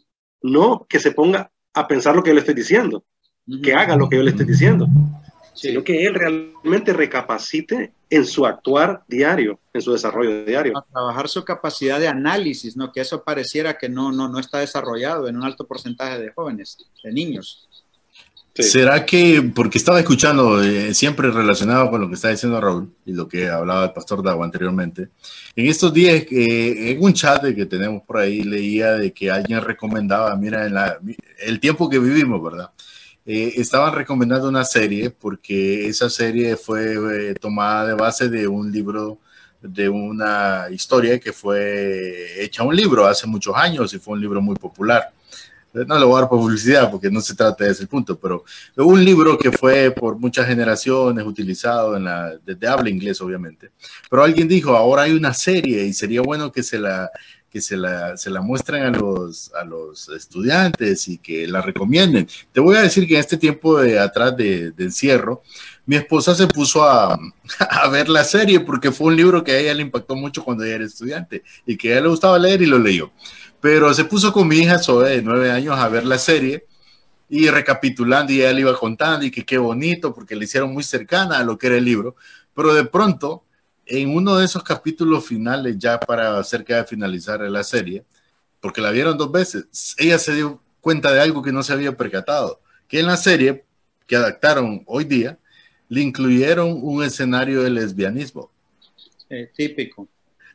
no que se ponga a pensar lo que yo le estoy diciendo. Que haga lo que yo le estoy diciendo. Sí. Sino que él realmente recapacite en su actuar diario, en su desarrollo diario. A trabajar su capacidad de análisis, ¿no? Que eso pareciera que no, no, no está desarrollado en un alto porcentaje de jóvenes, de niños. Sí. ¿Será que, porque estaba escuchando, eh, siempre relacionado con lo que está diciendo Raúl y lo que hablaba el pastor Dago anteriormente, en estos días, eh, en un chat que tenemos por ahí, leía de que alguien recomendaba, mira, en la, el tiempo que vivimos, ¿verdad? Eh, estaban recomendando una serie porque esa serie fue eh, tomada de base de un libro, de una historia que fue hecha un libro hace muchos años y fue un libro muy popular. No le voy a dar publicidad porque no se trata de ese punto, pero un libro que fue por muchas generaciones utilizado en la, desde habla inglés, obviamente. Pero alguien dijo, ahora hay una serie y sería bueno que se la... que se la, se la muestren a los, a los estudiantes y que la recomienden. Te voy a decir que en este tiempo de atrás de, de encierro, mi esposa se puso a, a ver la serie porque fue un libro que a ella le impactó mucho cuando ella era estudiante y que a ella le gustaba leer y lo leyó. Pero se puso con mi hija Zoe de nueve años a ver la serie y recapitulando y ella le iba contando y que qué bonito porque le hicieron muy cercana a lo que era el libro. Pero de pronto, en uno de esos capítulos finales, ya para cerca de finalizar la serie, porque la vieron dos veces, ella se dio cuenta de algo que no se había percatado, que en la serie que adaptaron hoy día, le incluyeron un escenario de lesbianismo. Eh, típico.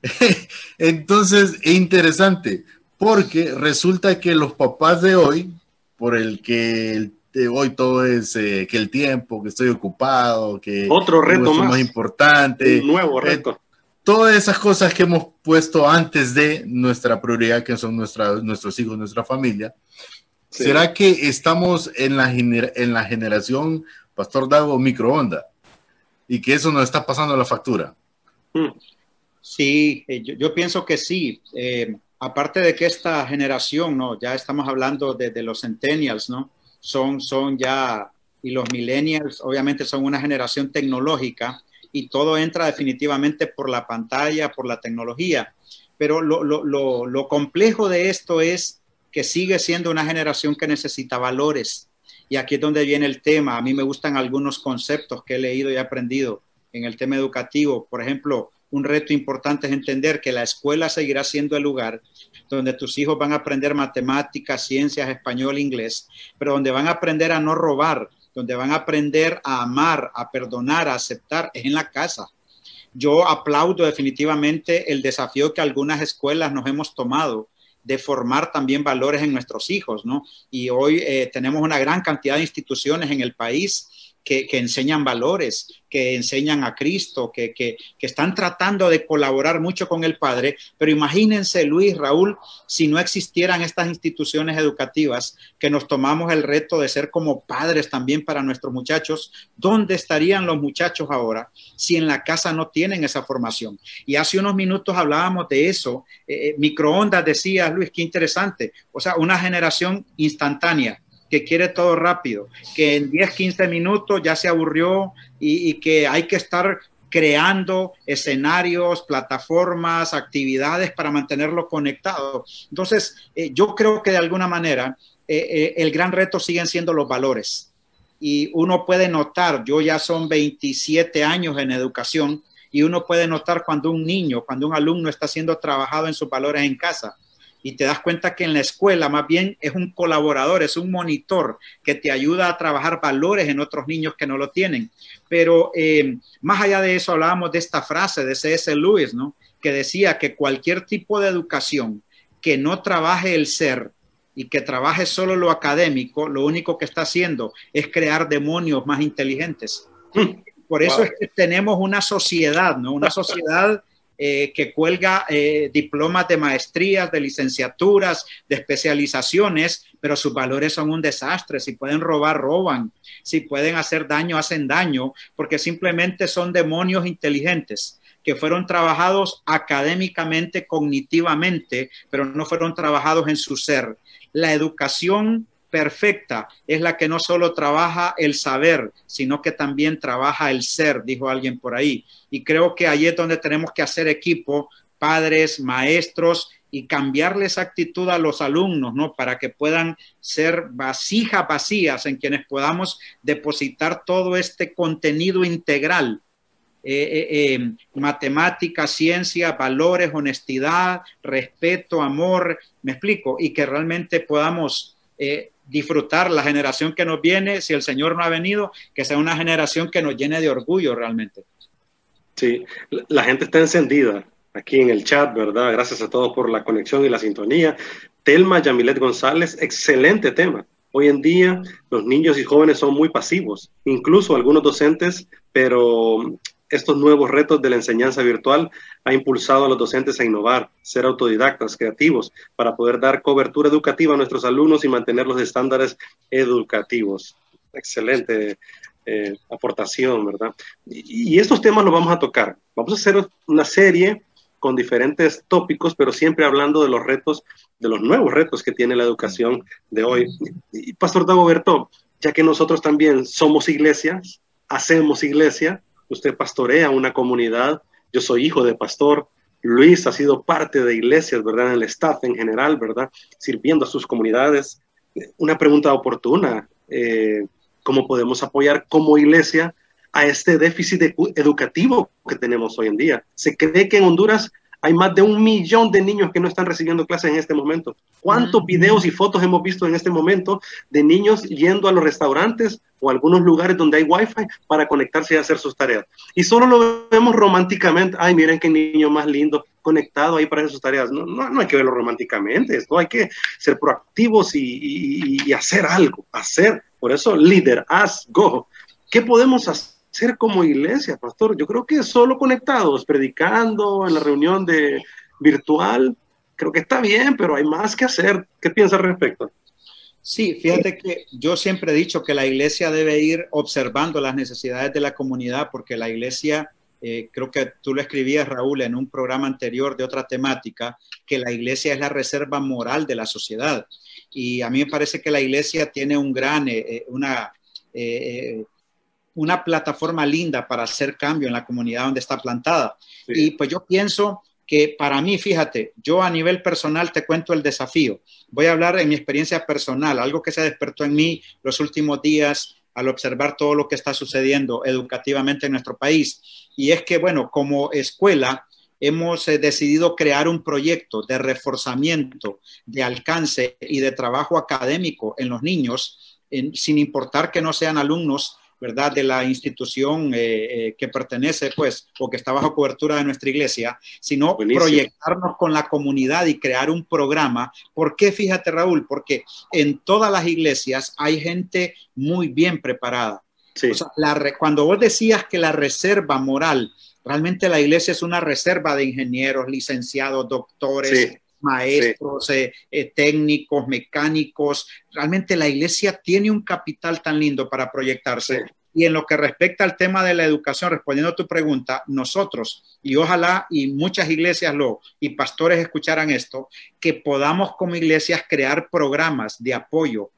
Entonces, es interesante, porque resulta que los papás de hoy, por el que el de hoy todo es eh, que el tiempo, que estoy ocupado, que otro reto más, más importante, un nuevo reto. Eh, todas esas cosas que hemos puesto antes de nuestra prioridad, que son nuestra, nuestros hijos, nuestra familia. Sí. ¿Será que estamos en la, en la generación, Pastor Dago, microondas? Y que eso nos está pasando la factura. Sí, yo, yo pienso que sí. Eh, aparte de que esta generación, ¿no? Ya estamos hablando de, de los centennials, ¿no? Son, son ya, y los millennials obviamente son una generación tecnológica y todo entra definitivamente por la pantalla, por la tecnología. Pero lo, lo, lo, lo complejo de esto es que sigue siendo una generación que necesita valores. Y aquí es donde viene el tema. A mí me gustan algunos conceptos que he leído y aprendido en el tema educativo. Por ejemplo, un reto importante es entender que la escuela seguirá siendo el lugar donde tus hijos van a aprender matemáticas, ciencias, español, inglés, pero donde van a aprender a no robar, donde van a aprender a amar, a perdonar, a aceptar, es en la casa. Yo aplaudo definitivamente el desafío que algunas escuelas nos hemos tomado de formar también valores en nuestros hijos, ¿no? Y hoy eh, tenemos una gran cantidad de instituciones en el país Que, que enseñan valores, que enseñan a Cristo, que, que, que están tratando de colaborar mucho con el Padre. Pero imagínense, Luis, Raúl, si no existieran estas instituciones educativas que nos tomamos el reto de ser como padres también para nuestros muchachos, ¿dónde estarían los muchachos ahora si en la casa no tienen esa formación? Y hace unos minutos hablábamos de eso. Eh, microondas, decía Luis, qué interesante. O sea, una generación instantánea, que quiere todo rápido, que en diez, quince minutos ya se aburrió y, y que hay que estar creando escenarios, plataformas, actividades para mantenerlo conectado. Entonces, eh, yo creo que de alguna manera eh, eh, el gran reto siguen siendo los valores. Y uno puede notar, yo ya son veintisiete años en educación, y uno puede notar cuando un niño, cuando un alumno está siendo trabajado en sus valores en casa, y te das cuenta que en la escuela más bien es un colaborador, es un monitor que te ayuda a trabajar valores en otros niños que no lo tienen. Pero eh, más allá de eso, hablábamos de esta frase de C S Lewis, ¿no? Que decía que cualquier tipo de educación que no trabaje el ser y que trabaje solo lo académico, lo único que está haciendo es crear demonios más inteligentes. Por eso wow. es que tenemos una sociedad, ¿no? Una sociedad eh, que cuelga eh, diplomas de maestrías, de licenciaturas, de especializaciones, pero sus valores son un desastre. Si pueden robar, roban. Si pueden hacer daño, hacen daño, porque simplemente son demonios inteligentes que fueron trabajados académicamente, cognitivamente, pero no fueron trabajados en su ser. La educación perfecta es la que no solo trabaja el saber, sino que también trabaja el ser, dijo alguien por ahí. Y creo que ahí es donde tenemos que hacer equipo, padres, maestros, y cambiarles actitud a los alumnos, ¿no? Para que puedan ser vasijas vacías en quienes podamos depositar todo este contenido integral. Eh, eh, eh, matemática, ciencia, valores, honestidad, respeto, amor, me explico, y que realmente podamos eh, disfrutar la generación que nos viene, si el Señor no ha venido, que sea una generación que nos llene de orgullo realmente. Sí, la gente está encendida aquí en el chat, ¿verdad? Gracias a todos por la conexión y la sintonía. Telma Yamilet González, excelente tema. Hoy en día los niños y jóvenes son muy pasivos, incluso algunos docentes, pero estos nuevos retos de la enseñanza virtual ha impulsado a los docentes a innovar, ser autodidactas, creativos, para poder dar cobertura educativa a nuestros alumnos y mantener los estándares educativos. Excelente eh, aportación, ¿verdad? Y, y estos temas los vamos a tocar. Vamos a hacer una serie con diferentes tópicos, pero siempre hablando de los retos, de los nuevos retos que tiene la educación de hoy. Y, Pastor Dagoberto, ya que nosotros también somos iglesias, hacemos iglesia, usted pastorea una comunidad, yo soy hijo de pastor, Luis ha sido parte de iglesias, ¿verdad? En el staff en general, ¿verdad? Sirviendo a sus comunidades. Una pregunta oportuna, eh, ¿cómo podemos apoyar como iglesia a este déficit educativo que tenemos hoy en día? Se cree que en Honduras hay más de un millón de niños que no están recibiendo clases en este momento. ¿Cuántos videos y fotos hemos visto en este momento de niños yendo a los restaurantes o a algunos lugares donde hay wifi para conectarse y hacer sus tareas? Y solo lo vemos románticamente. Ay, miren qué niño más lindo conectado ahí para hacer sus tareas. No, no, no hay que verlo románticamente. Esto hay que ser proactivos y, y, y hacer algo. Hacer. Por eso, líder, haz, go. ¿Qué podemos hacer? Ser como iglesia, pastor? Yo creo que solo conectados, predicando en la reunión de virtual, creo que está bien, pero hay más que hacer. ¿Qué piensa al respecto? Sí, fíjate que yo siempre he dicho que la iglesia debe ir observando las necesidades de la comunidad, porque la iglesia, eh, creo que tú lo escribías, Raúl, en un programa anterior de otra temática, que la iglesia es la reserva moral de la sociedad. Y a mí me parece que la iglesia tiene un gran, eh, una... Eh, una plataforma linda para hacer cambio en la comunidad donde está plantada. Sí. Y pues yo pienso que para mí, fíjate, yo a nivel personal te cuento el desafío. Voy a hablar en mi experiencia personal, algo que se despertó en mí los últimos días al observar todo lo que está sucediendo educativamente en nuestro país. Y es que, bueno, como escuela hemos eh, decidido crear un proyecto de reforzamiento, de alcance y de trabajo académico en los niños, en, sin importar que no sean alumnos, ¿verdad?, de la institución eh, eh, que pertenece, pues, o que está bajo cobertura de nuestra iglesia, sino Buenísimo. Proyectarnos con la comunidad y crear un programa. ¿Por qué? Fíjate, Raúl, porque en todas las iglesias hay gente muy bien preparada. Sí. O sea, la, cuando vos decías que la reserva moral, realmente la iglesia es una reserva de ingenieros, licenciados, doctores, sí. maestros, sí. eh, eh, técnicos, mecánicos. Realmente la iglesia tiene un capital tan lindo para proyectarse. Sí. Y en lo que respecta al tema de la educación, respondiendo a tu pregunta, nosotros, y ojalá y muchas iglesias lo, y pastores escucharan esto, que podamos como iglesias crear programas de apoyo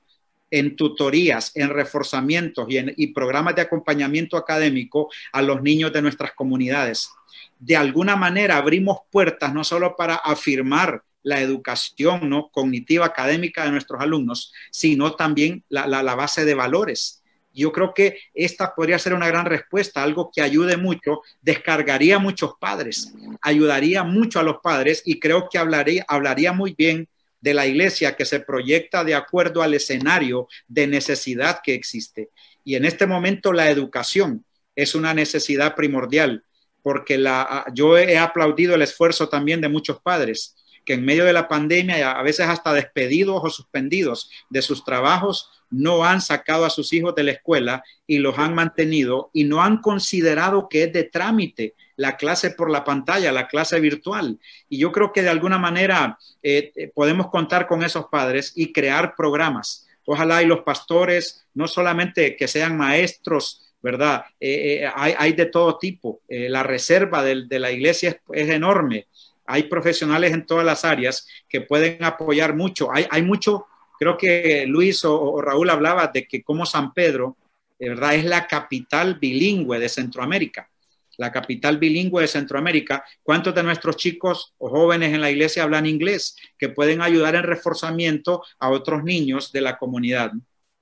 en tutorías, en reforzamientos y, en, y programas de acompañamiento académico a los niños de nuestras comunidades. De alguna manera abrimos puertas no solo para afirmar la educación, ¿no?, cognitiva, académica de nuestros alumnos, sino también la, la, la base de valores. Yo creo que esta podría ser una gran respuesta, algo que ayude mucho, descargaría a muchos padres, ayudaría mucho a los padres y creo que hablaría, hablaría muy bien de la iglesia que se proyecta de acuerdo al escenario de necesidad que existe. Y en este momento la educación es una necesidad primordial, porque la, yo he aplaudido el esfuerzo también de muchos padres que en medio de la pandemia, a veces hasta despedidos o suspendidos de sus trabajos, no han sacado a sus hijos de la escuela y los han mantenido y no han considerado que es de trámite la clase por la pantalla, la clase virtual. Y yo creo que de alguna manera eh, podemos contar con esos padres y crear programas. Ojalá y los pastores, no solamente que sean maestros, ¿verdad? Eh, eh, hay, hay de todo tipo. Eh, la reserva de, de la iglesia es, es enorme. Hay profesionales en todas las áreas que pueden apoyar mucho. Hay, hay mucho, creo que Luis o, o Raúl hablaba de que como San Pedro, de verdad, es la capital bilingüe de Centroamérica. La capital bilingüe de Centroamérica. ¿Cuántos de nuestros chicos o jóvenes en la iglesia hablan inglés que pueden ayudar en reforzamiento a otros niños de la comunidad?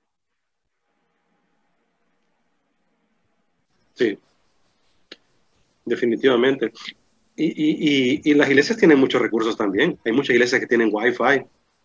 Sí, definitivamente. Y, y, y, y las iglesias tienen muchos recursos también. Hay muchas iglesias que tienen Wi-Fi,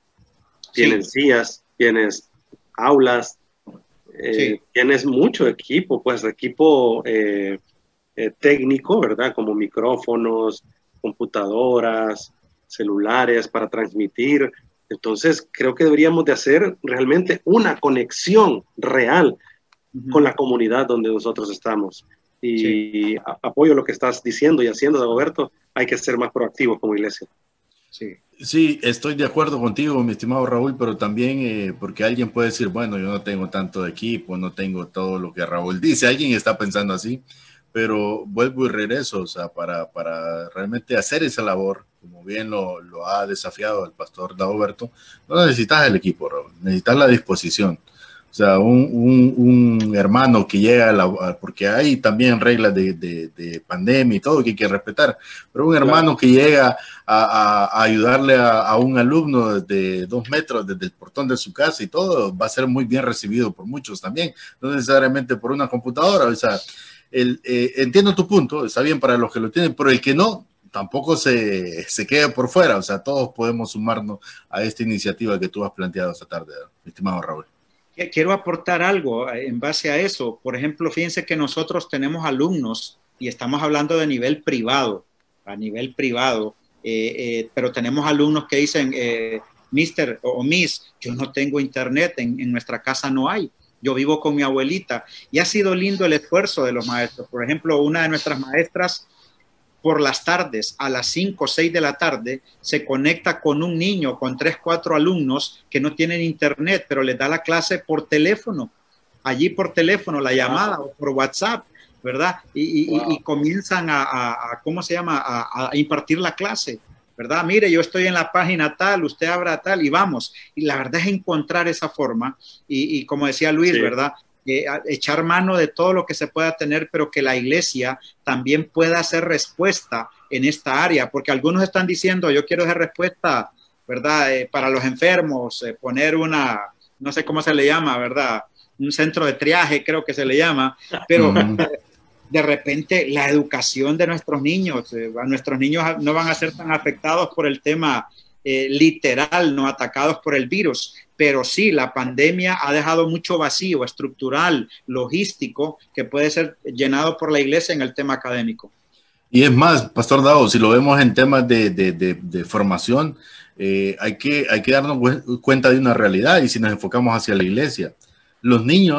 tienen Sí. sillas, tienes aulas, eh, Sí. tienes mucho equipo, pues equipo eh, eh, técnico, ¿verdad? Como micrófonos, computadoras, celulares para transmitir. Entonces, creo que deberíamos de hacer realmente una conexión real Uh-huh. con la comunidad donde nosotros estamos. Y Sí. a- apoyo lo que estás diciendo y haciendo, Dagoberto. Hay que ser más proactivos como iglesia. Sí. Sí, estoy de acuerdo contigo, mi estimado Raúl, pero también eh, porque alguien puede decir, bueno, yo no tengo tanto equipo, no tengo todo lo que Raúl dice, alguien está pensando así, pero vuelvo y regreso, o sea, para, para realmente hacer esa labor, como bien lo, lo ha desafiado el pastor Dagoberto, no necesitas el equipo, Raúl, necesitas la disposición. O sea, un, un, un hermano que llega a la, porque hay también reglas de, de, de pandemia y todo que hay que respetar, pero un hermano claro. que llega a, a, a ayudarle a, a un alumno de dos metros desde el portón de su casa y todo, va a ser muy bien recibido por muchos también, no necesariamente por una computadora. O sea, el, eh, entiendo tu punto, está bien para los que lo tienen, pero el que no, tampoco se, se quede por fuera. O sea, todos podemos sumarnos a esta iniciativa que tú has planteado esta tarde, mi estimado Raúl. Quiero aportar algo en base a eso. Por ejemplo, fíjense que nosotros tenemos alumnos y estamos hablando de nivel privado, a nivel privado, eh, eh, pero tenemos alumnos que dicen, eh, mister o miss, yo no tengo internet, en, en nuestra casa no hay, yo vivo con mi abuelita. Y ha sido lindo el esfuerzo de los maestros. Por ejemplo, una de nuestras maestras, por las tardes, a las cinco o seis de la tarde, se conecta con un niño, con tres, cuatro alumnos que no tienen internet, pero les da la clase por teléfono, allí por teléfono, la llamada, wow. o por WhatsApp, ¿verdad? Y, y, wow. y, y comienzan a, a, a, ¿cómo se llama?, a, a impartir la clase, ¿verdad? Mire, yo estoy en la página tal, usted abra tal, y vamos. Y la verdad es encontrar esa forma, y, y como decía Luis, sí. ¿verdad?, Eh, echar mano de todo lo que se pueda tener, pero que la iglesia también pueda hacer respuesta en esta área, porque algunos están diciendo, yo quiero hacer respuesta, ¿verdad?, eh, para los enfermos, eh, poner una, no sé cómo se le llama, ¿verdad?, un centro de triaje, creo que se le llama, pero mm. de repente la educación de nuestros niños, eh, nuestros niños no van a ser tan afectados por el tema eh, literal, no atacados por el virus, pero sí, la pandemia ha dejado mucho vacío estructural, logístico, que puede ser llenado por la iglesia en el tema académico. Y es más, Pastor Dago, si lo vemos en temas de, de, de, de formación, eh, hay, que, hay que darnos cuenta de una realidad, y si nos enfocamos hacia la iglesia, los niños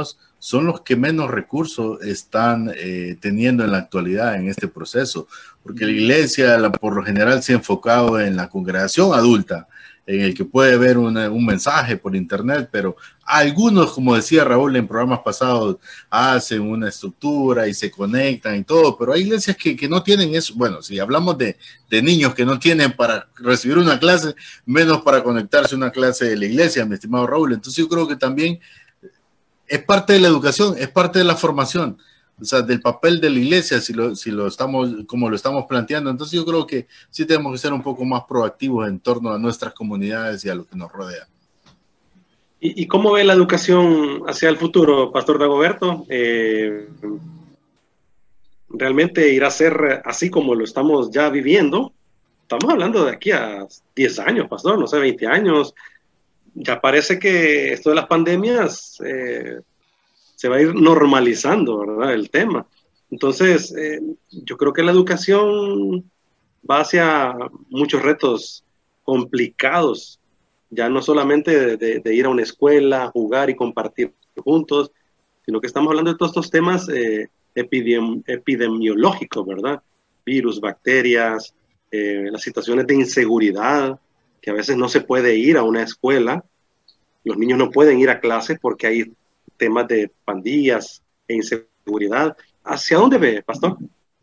son los que menos recursos están eh, teniendo en la actualidad en este proceso, porque la iglesia la, por lo general se ha enfocado en la congregación adulta, en el que puede ver una, un mensaje por internet, pero algunos, como decía Raúl en programas pasados, hacen una estructura y se conectan y todo, pero hay iglesias que, que no tienen eso. Bueno, si hablamos de, de niños que no tienen para recibir una clase, menos para conectarse a una clase de la iglesia, mi estimado Raúl. Entonces yo creo que también es parte de la educación, es parte de la formación, o sea, del papel de la iglesia, si lo, si lo estamos, como lo estamos planteando. Entonces yo creo que sí tenemos que ser un poco más proactivos en torno a nuestras comunidades y a lo que nos rodea. ¿Y, y cómo ve la educación hacia el futuro, Pastor Dagoberto? Eh, ¿Realmente irá a ser así como lo estamos ya viviendo? Estamos hablando de aquí a diez años, Pastor, no sé, veinte años. Ya parece que esto de las pandemias eh, se va a ir normalizando, ¿verdad? El tema. Entonces, eh, yo creo que la educación va hacia muchos retos complicados, ya no solamente de, de, de ir a una escuela, jugar y compartir juntos, sino que estamos hablando de todos estos temas eh, epidemi epidemiológicos, ¿verdad? Virus, bacterias, eh, las situaciones de inseguridad, que a veces no se puede ir a una escuela, los niños no pueden ir a clases porque hay temas de pandillas e inseguridad. ¿Hacia dónde ve, Pastor?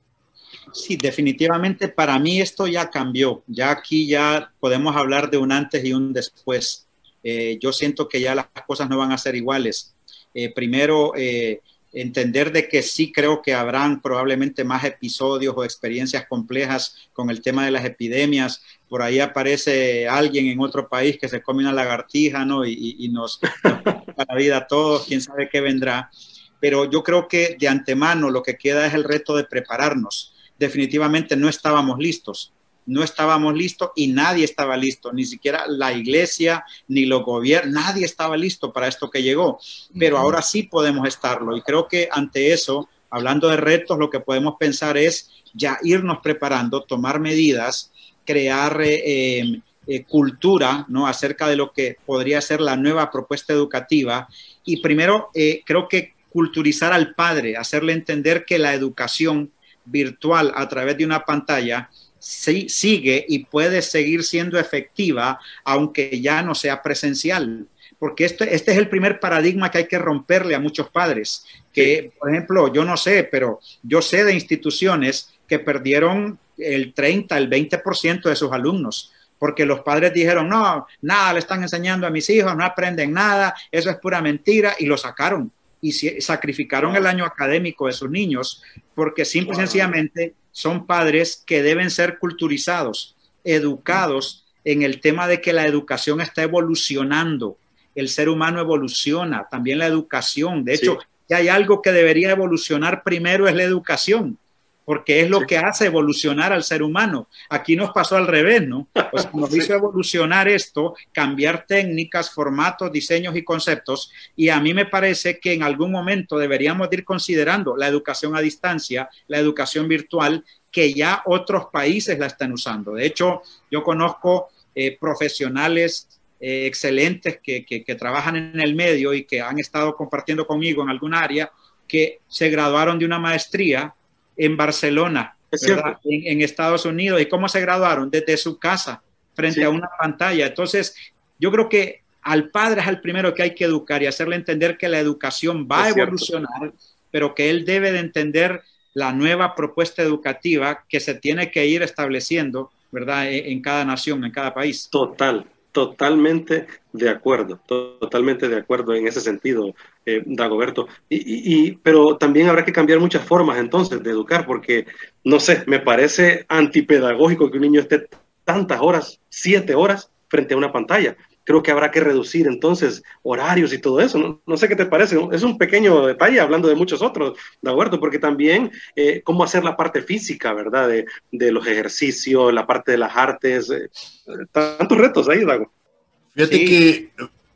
Sí, definitivamente para mí esto ya cambió. Ya aquí ya podemos hablar de un antes y un después. Eh, yo siento que ya las cosas no van a ser iguales. Eh, primero, eh, entender de que sí creo que habrán probablemente más episodios o experiencias complejas con el tema de las epidemias. Por ahí aparece alguien en otro país que se come una lagartija, ¿no? Y, y, y nos, nos quita la vida a todos, quién sabe qué vendrá. Pero yo creo que de antemano lo que queda es el reto de prepararnos. Definitivamente no estábamos listos. No estábamos listos y nadie estaba listo, ni siquiera la iglesia, ni los gobiernos, nadie estaba listo para esto que llegó, pero uh-huh. ahora sí podemos estarlo y creo que ante eso, hablando de retos, lo que podemos pensar es ya irnos preparando, tomar medidas, crear eh, eh, cultura, ¿no? Acerca de lo que podría ser la nueva propuesta educativa y primero eh, creo que culturizar al padre, hacerle entender que la educación virtual a través de una pantalla sí, sigue y puede seguir siendo efectiva, aunque ya no sea presencial. Porque este, este es el primer paradigma que hay que romperle a muchos padres. Que, por ejemplo, yo no sé, pero yo sé de instituciones que perdieron el treinta, el veinte por ciento de sus alumnos. Porque los padres dijeron, no, nada le están enseñando a mis hijos, no aprenden nada, eso es pura mentira, y lo sacaron. Y sacrificaron el año académico de sus niños porque simple y sencillamente son padres que deben ser culturizados, educados en el tema de que la educación está evolucionando. El ser humano evoluciona, también la educación. De hecho, sí. si hay algo que debería evolucionar primero es la educación, porque es lo sí. que hace evolucionar al ser humano. Aquí nos pasó al revés, ¿no? O sea, nos sí. hizo evolucionar esto, cambiar técnicas, formatos, diseños y conceptos, y a mí me parece que en algún momento deberíamos ir considerando la educación a distancia, la educación virtual, que ya otros países la están usando. De hecho, yo conozco eh, profesionales eh, excelentes que, que, que trabajan en el medio y que han estado compartiendo conmigo en algún área, que se graduaron de una maestría en Barcelona, ¿verdad? En, en Estados Unidos. ¿Y cómo se graduaron? Desde su casa, frente sí. a una pantalla. Entonces, yo creo que al padre es el primero que hay que educar y hacerle entender que la educación va es a evolucionar, cierto. pero que él debe de entender la nueva propuesta educativa que se tiene que ir estableciendo, ¿verdad? En, en cada nación, en cada país. Total. Totalmente de acuerdo, totalmente de acuerdo en ese sentido, eh, Dagoberto. Y, y, y, pero también habrá que cambiar muchas formas entonces de educar, porque, no sé, me parece antipedagógico que un niño esté tantas horas, siete horas, frente a una pantalla. Creo que habrá que reducir entonces horarios y todo eso. No, no sé qué te parece, es un pequeño detalle hablando de muchos otros, Dagoberto, porque también eh, cómo hacer la parte física, ¿verdad? De, de los ejercicios, la parte de las artes, eh, tantos retos ahí, Dago. Fíjate sí. que,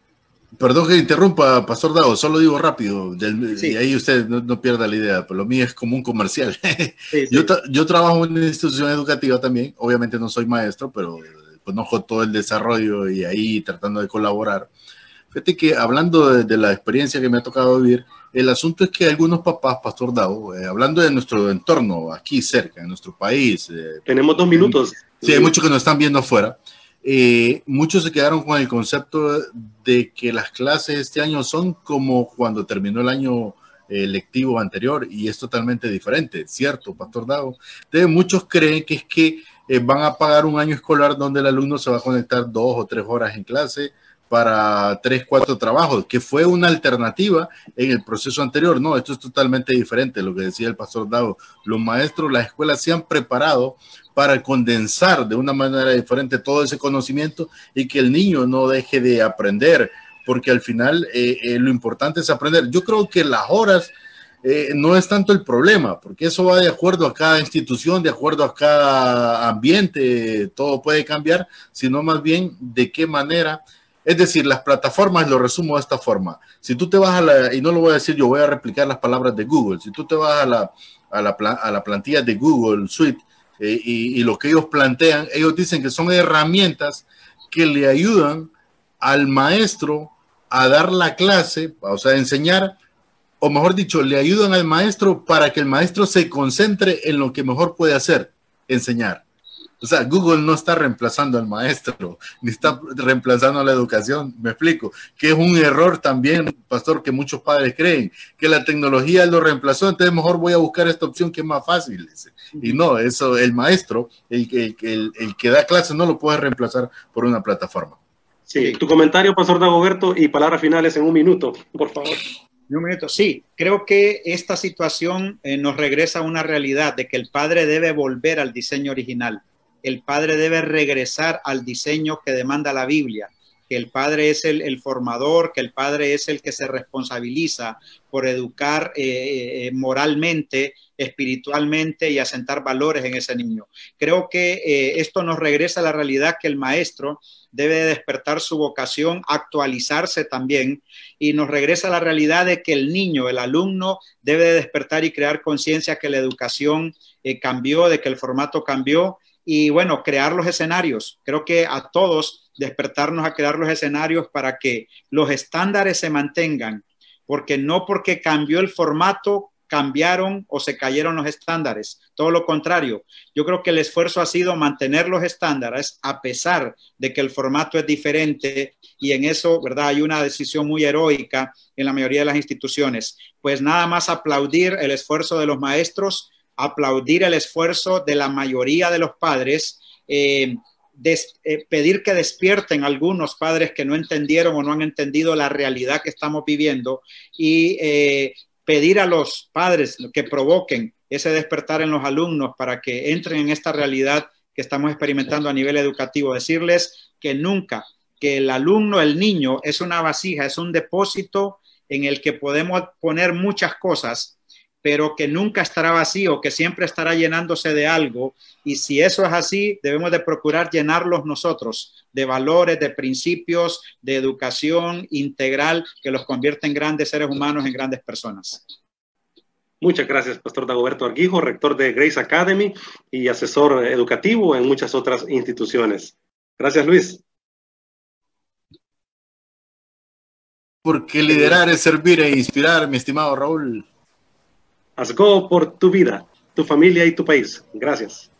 perdón que interrumpa, Pastor Dago, solo digo rápido, del, sí. y ahí usted no, no pierda la idea, pero lo mío es como un comercial. Sí, sí. Yo, yo trabajo en una institución educativa también, obviamente no soy maestro, pero conozco todo el desarrollo y ahí tratando de colaborar. Fíjate que hablando de, de la experiencia que me ha tocado vivir, El asunto es que algunos papás, Pastor Dago, eh, hablando de nuestro entorno, aquí cerca, en nuestro país. Eh, Tenemos dos minutos. Sí, hay muchos que nos están viendo afuera. Eh, muchos se quedaron con el concepto de que las clases este año son como cuando terminó el año eh, lectivo anterior, y es totalmente diferente, ¿cierto, Pastor Dago? Entonces, muchos creen que es que eh, van a pagar un año escolar donde el alumno se va a conectar dos o tres horas en clase para tres, cuatro trabajos, que fue una alternativa en el proceso anterior. No, esto es totalmente diferente, lo que decía el Pastor Dago. Los maestros, las escuelas se han preparado para condensar de una manera diferente todo ese conocimiento y que el niño no deje de aprender, porque al final eh, eh, lo importante es aprender. Yo creo que las horas eh, no es tanto el problema, porque eso va de acuerdo a cada institución, de acuerdo a cada ambiente, todo puede cambiar, sino más bien de qué manera. Es decir, las plataformas, lo resumo de esta forma. Si tú te vas a la, y no lo voy a decir yo, voy a replicar las palabras de Google. Si tú te vas a la, a la, a la plantilla de Google Suite eh, y, y lo que ellos plantean, ellos dicen que son herramientas que le ayudan al maestro a dar la clase, o sea, a enseñar, o mejor dicho, le ayudan al maestro para que el maestro se concentre en lo que mejor puede hacer, enseñar. O sea, Google no está reemplazando al maestro, ni está reemplazando a la educación. Me explico, que es un error también, pastor, que muchos padres creen, que la tecnología lo reemplazó, entonces mejor voy a buscar esta opción que es más fácil. Y no, eso, el maestro, el, el, el, el que da clases no lo puede reemplazar por una plataforma. Sí, tu comentario, Pastor Dagoberto, y palabras finales en un minuto, por favor. Un minuto, sí. Creo que esta situación eh, nos regresa a una realidad de que el padre debe volver al diseño original. El padre debe regresar al diseño que demanda la Biblia, que el padre es el, el formador, que el padre es el que se responsabiliza por educar eh, moralmente, espiritualmente y asentar valores en ese niño. Creo que eh, esto nos regresa a la realidad que el maestro debe despertar su vocación, actualizarse también, y nos regresa a la realidad de que el niño, el alumno, debe despertar y crear conciencia que la educación eh, cambió, de que el formato cambió. Y bueno, crear los escenarios. Creo que a todos despertarnos a crear los escenarios para que los estándares se mantengan, porque no porque cambió el formato, cambiaron o se cayeron los estándares. Todo lo contrario. Yo creo que el esfuerzo ha sido mantener los estándares a pesar de que el formato es diferente, y en eso, ¿verdad? Hay una decisión muy heroica en la mayoría de las instituciones. Pues nada más aplaudir el esfuerzo de los maestros, aplaudir el esfuerzo de la mayoría de los padres, eh, des, eh, pedir que despierten algunos padres que no entendieron o no han entendido la realidad que estamos viviendo, y eh, pedir a los padres que provoquen ese despertar en los alumnos para que entren en esta realidad que estamos experimentando a nivel educativo. Decirles que nunca, que el alumno, el niño, es una vasija, es un depósito en el que podemos poner muchas cosas, pero que nunca estará vacío, que siempre estará llenándose de algo. Y si eso es así, debemos de procurar llenarlos nosotros de valores, de principios, de educación integral que los convierte en grandes seres humanos, en grandes personas. Muchas gracias, Pastor Dagoberto Arquijo, rector de Grace Academy y asesor educativo en muchas otras instituciones. Gracias, Luis. Porque liderar es servir e inspirar, mi estimado Raúl. Haz go por tu vida, tu familia y tu país. Gracias.